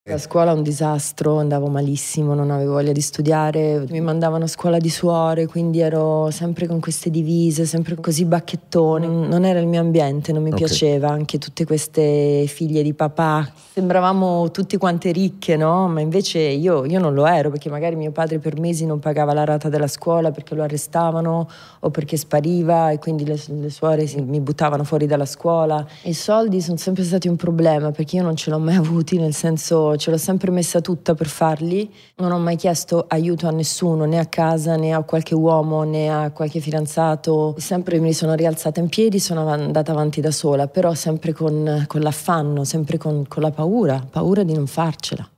La scuola è un disastro, andavo malissimo, non avevo voglia di studiare, mi mandavano a scuola di suore, quindi ero sempre con queste divise, sempre così bacchettone, non era il mio ambiente, non mi piaceva, anche tutte queste figlie di papà, sembravamo tutte quante ricche, no? Ma invece io non lo ero, perché magari mio padre per mesi non pagava la rata della scuola perché lo arrestavano o perché spariva e quindi le suore mi buttavano fuori dalla scuola. I soldi sono sempre stati un problema perché io non ce l'ho mai avuti, nel senso ce l'ho sempre messa tutta per farli, non ho mai chiesto aiuto a nessuno, né a casa né a qualche uomo né a qualche fidanzato, sempre mi sono rialzata in piedi, sono andata avanti da sola, però sempre con l'affanno, sempre con la paura di non farcela.